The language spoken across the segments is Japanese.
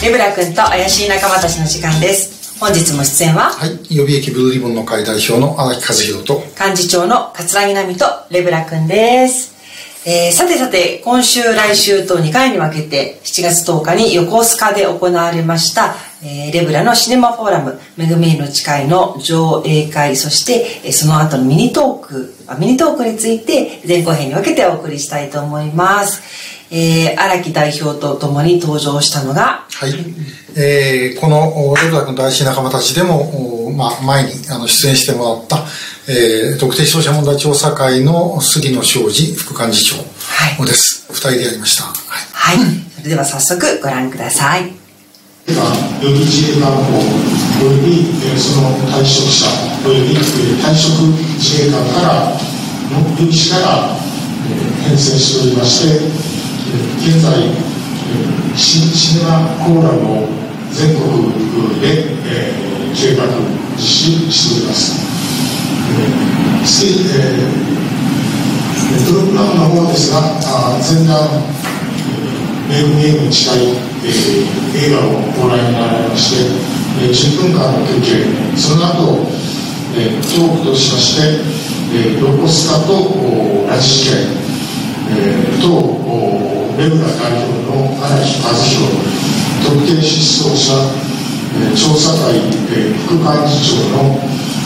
レブラ君と怪しい仲間たちの時間です。本日も出演は、 予備役ブルーリボンの会代表の荒木和弘と幹事長の桂木奈美とレブラ君です。さて今週来週と2回に分けて7月10日に横須賀で行われました、レブラのシネマフォーラムめぐみへの誓いの上映会、そしてその後のミニトークについて前後編に分けてお送りしたいと思います。荒木代表とともに登場したのが、 このレブラ君と怪しい仲間たちでも、前に出演してもらった、特定失踪者問題調査会の杉野昌司副幹事長です、2人でやりました。 それでは早速ご覧ください。 予備自衛官法およびその退職者および退職自衛官からの予備士から編成しておりまして、現在シネマフォーラムを全国で計画実施しております。プログラムの方ですが、前段めぐみへの誓い映画をご覧になられまして、10分間の休憩、その後トークとしまして、横須賀と拉致事件とレブラ代表の荒木和弘特定失踪者調査会副幹事長の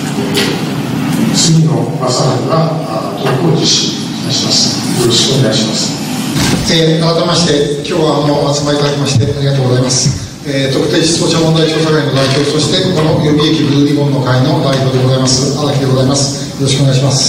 杉野正治がトークを実施いたします。よろしくお願いします。 改めまして今日は集まりいただきましてありがとうございます。特定失踪者問題調査会の代表、そしてこの予備役ブルーリボンの会の代表でございます荒木でございます。よろしくお願いします。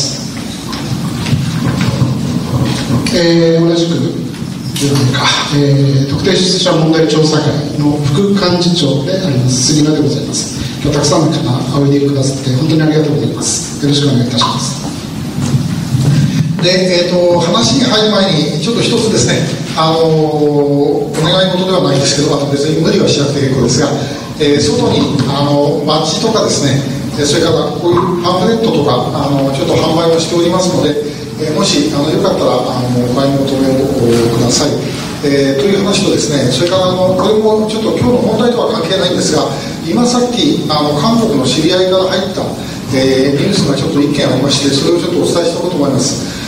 同じく特定失踪者問題調査会の副幹事長であります杉野でございます。今日たくさんの方おいでくださって本当にありがとうございます。よろしくお願いいたします。 で、話に入る前にちょっと一つですね、お願い事ではないんですけど、別に無理はしなくて結構ですが、外にバッジとかですね、それからこういうパンフレットとかちょっと販売をしておりますので、もしよかったらお買い求めをください、という話とですね、それからこれもちょっと今日の問題とは関係ないんですが、今さっき韓国の知り合いから入ったニュースがちょっと1件ありまして、それをちょっとお伝えしておこうと思います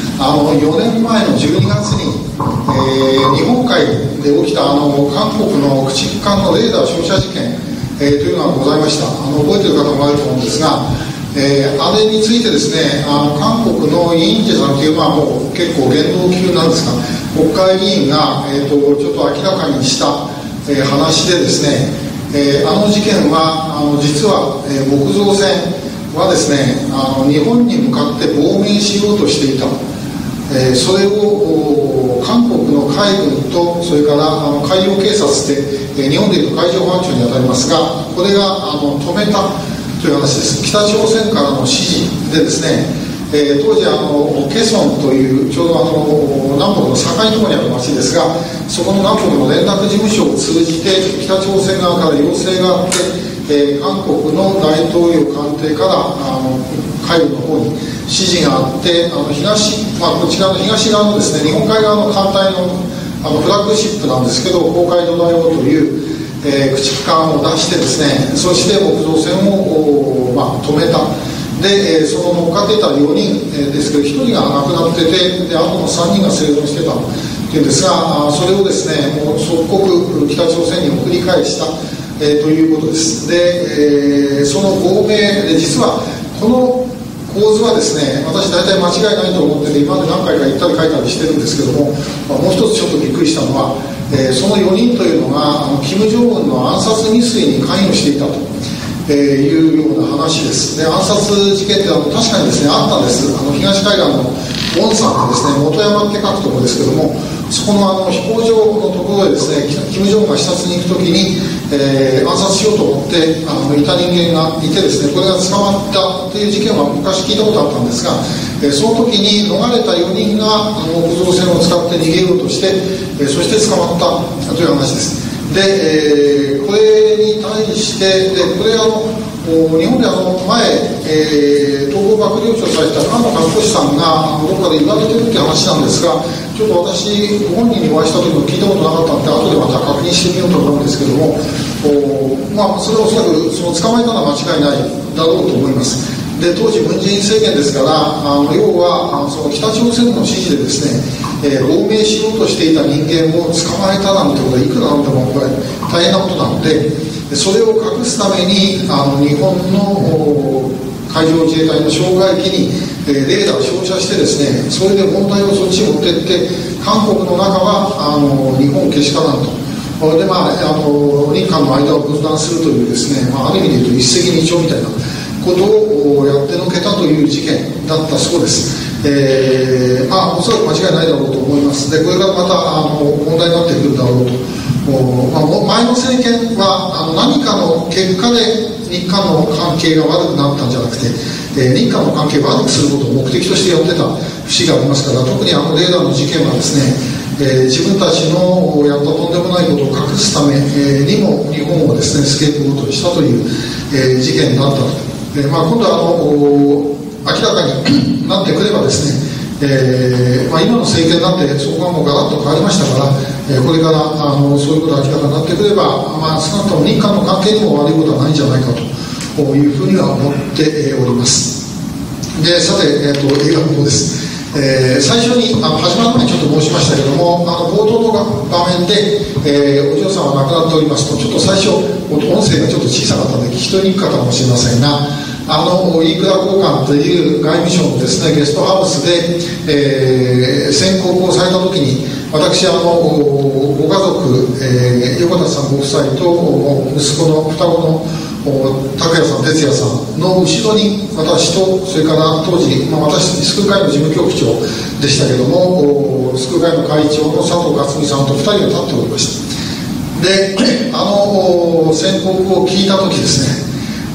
。4年前の12月に、日本海で起きた韓国の駆逐艦のレーダー照射事件、というのがございました。覚えている方もあると思うんですが、あれについてですね、韓国のインジェさんという、もう結構言動級なんですが、国会議員が、ちょっと明らかにした、話でですね、事件は実は、木造船はですね、日本に向かって亡命しようとしていた。それを韓国の海軍とそれから海洋警察で日本でいうと海上保安庁に当たりますが、これが止めたという話です。北朝鮮からの指示でですね、当時ケソンというちょうど南北の境のところにある町ですが、そこの南北の連絡事務所を通じて北朝鮮側から要請があって、韓国の大統領官邸から海軍の方に指示があって、こちらの東側のですね、日本海側の艦隊のフラッグシップなんですけど、公海ド大王という駆逐艦を出してですね、そして木造船を、止めた。で、その乗っかっていた4人ですけど、1人が亡くなってて、であとの3人が生存してたというんですが、それをですね、もう即刻北朝鮮に送り返した、ということです。で、その亡命で実はこの構図はですね、私大体間違いないと思ってて、今まで何回か言ったり書いたりしてるんですけども、もう一つちょっとびっくりしたのは、その4人というのが金正恩の暗殺未遂に関与していたというような話です。で、暗殺事件って確かにですね、あったんです。東海岸のウォンサンでですね、本山って書くところですけども、そこの飛行場のところでですね、金正恩が視察に行くときに、暗殺しようと思っていた人間がいてですね、これが捕まったという事件は昔聞いたことあったんですが、その時に逃れた4人が木造船を使って逃げようとして、そして捕まったという話です。で、これに対してこれ日本で前、統合幕僚長された菅野和俊さんがどこかで言われてるって話なんですが、 ちょっと私ご本人にお会いした時も聞いたことなかったので後でまた確認してみようと思うんですけども、それはおそらくその捕まえたのは間違いないだろうと思います。で当時文在寅政権ですから、要はその北朝鮮の指示でですね、亡命しようとしていた人間を捕まえたなんてことはいくらなんでもこれ大変なことなので、それを隠すために日本の海上自衛隊の哨戒機にレーダーを照射してですね、それで問題をそっちに持っていって韓国の中は日本けしからんと。で日韓の間を分断するというですね、ある意味で言うと一石二鳥みたいなことをやってのけたという事件だったそうです。おそらく間違いないだろうと思います。でこれからまた問題になってくるだろうと。前の政権は何かの結果で日韓の関係が悪くなったんじゃなくて、日韓の関係を悪くすることを目的としてやってた節がありますから、特にレーダーの事件はですね、自分たちのやったとんでもないことを隠すためにも日本をですねスケープゴートにしたという、事件だったと。今度は明らかになってくればですね、今の政権になってそこがもうガラッと変わりましたから、これからそういうことが明らかになってくれば、少なくとも日韓の関係にも悪いことはないんじゃないかというふうには思っております。でさて、映画の方です。最初に始まる前にちょっと申しましたけども、冒頭の場面で、お嬢さんは亡くなっておりますと、ちょっと最初音声がちょっと小さかったので聞き取りにくかったかもしれませんが、飯倉公館という外務省のですねゲストハウスで、宣告をされた時に私ご家族、横田さんご夫妻と息子の双子の拓也さん、哲也さんの後ろに私と、それから当時、私スクール会の事務局長でしたけども、スクール会の会長の佐藤克美さんと2人が立っておりました。で宣告を聞いた時ですね、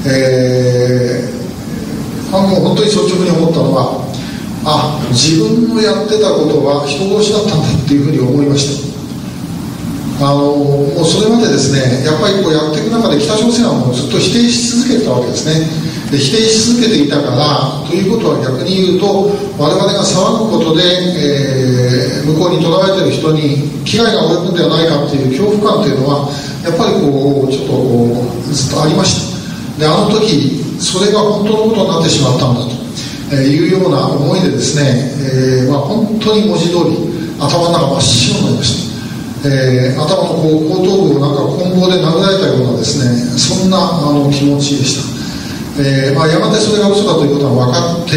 もう本当に率直に思ったのは、自分のやってたことは人殺しだったんだっていうふうに思いました。もうそれまでですね、やっぱりやっていく中で北朝鮮はもうずっと否定し続けてたわけですね。で否定し続けていたからということは、逆に言うと我々が騒ぐことで、向こうにとらわれている人に危害が及ぶんではないかという恐怖感というのはやっぱりちょっとずっとありました。で時それが本当のことになってしまったんだというような思いでですね、本当に文字通り頭の中真っ白になりました。頭の後頭部をなんか棍棒で殴られたようなですね、そんな気持ちでした。やがてそれが嘘だということが分かって、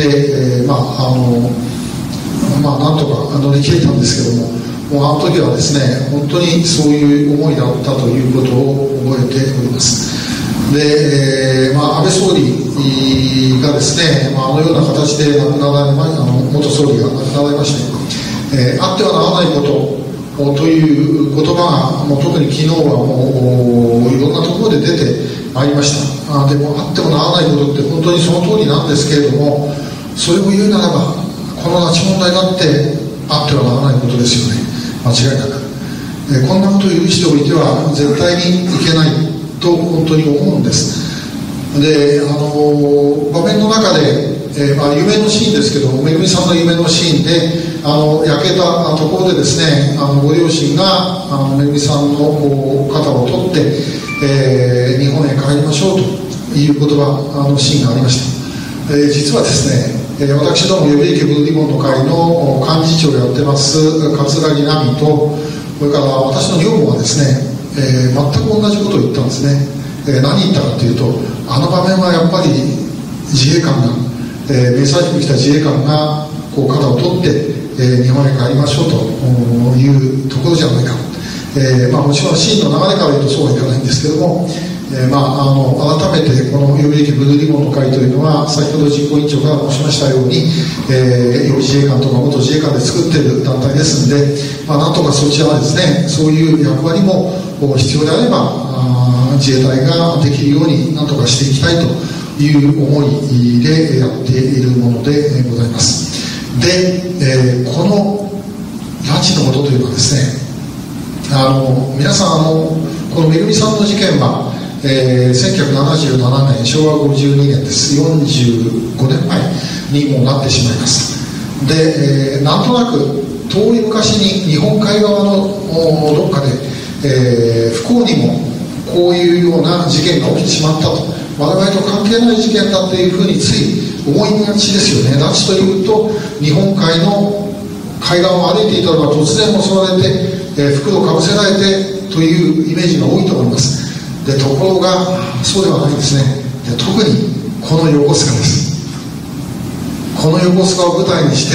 なんとか乗り切れたんですけども、もう時はですね、本当にそういう思いだったということを覚えております。で、安倍総理がですね、ような形で亡くなられま元総理が亡くなられまして、あってはならないことという言葉がもう特に昨日はもういろんなところで出てまいりました。でもあってもならないことって本当にその通りなんですけれども、それを言うならばこの拉致問題だってあってはならないことですよね、間違いなく。こんなことを許しておいては絶対にいけないと本当に思うんです。で場面の中で、夢のシーンですけど、めぐみさんの夢のシーンで焼けたところでですね、ご両親がめぐみさんの肩を取って、日本へ帰りましょうという言葉シーンがありました。実はですね、私ども予備役ブルーリボンの会の幹事長をやってます桂木奈美と、それから私の女房がですね、全く同じことを言ったんですね。何言ったかというと、場面はやっぱり自衛官が、迷彩服着た自衛官が肩を取って、日本へ帰りましょうというところじゃないか。もちろんシーンの流れから言うとそうはいかないんですけども、改めてこの予備役ブルーリボンの会というのは、先ほど実行委員長から申しましたように、予備自衛官とか元自衛官で作っている団体ですので、なんとかそちらはですね、そういう役割も必要であれば自衛隊ができるようになんとかしていきたいという思いでやっているものでございます。で、この拉致のことというのはですね、皆さんこのめぐみさんの事件は、1977年昭和52年です。45年前にもなってしまいます。で、なんとなく遠い昔に日本海側のどっかで、不幸にもこういうような事件が起きてしまったと、我々と関係ない事件だというふうについ思いがちですよね。拉致というと日本海の海岸を歩いていたのが突然襲われて、服をかぶせられてというイメージが多いと思います。でところがそうではないですね。で特にこの横須賀です。この横須賀を舞台にして、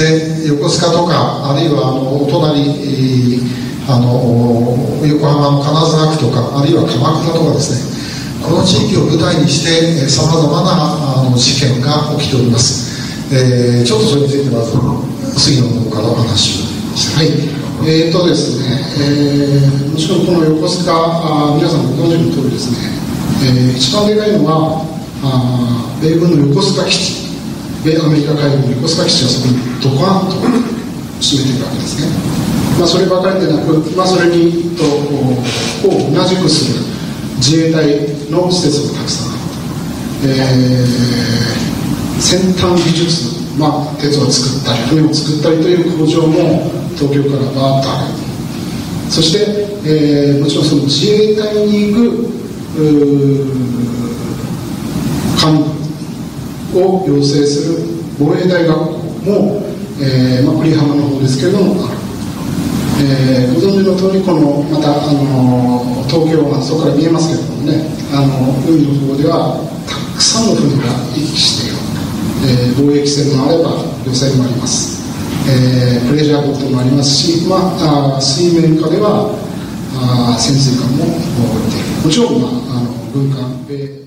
横須賀とかあるいはお隣横浜の金沢区とかあるいは鎌倉とかですね、この地域を舞台にしてさまざまな事件が起きております。ちょっとそれについてまず杉野の方からお話をして。 はい、ですね、もちろんこの横須賀、皆さんご存知の通りですね、一番でかいのは米軍の横須賀基地、米アメリカ海軍の横須賀基地がそこにドカーンと占めているわけですね。そればかりでなく、それにを同じくする自衛隊の施設もたくさんある、先端技術、鉄を作ったり船を作ったりという工場も東京からバーッとある。そして、もちろんその自衛隊に行く幹部を養成する防衛大学校も、栗浜の方ですけれどもある。ご存知の通り、このまた東京湾、そこから見えますけれどもね、海の方ではたくさんの船が行き来している。貿易船もあれば漁船もあります。プレジャーボートもありますし、水面下では潜水艦も置いている。もちろん、軍艦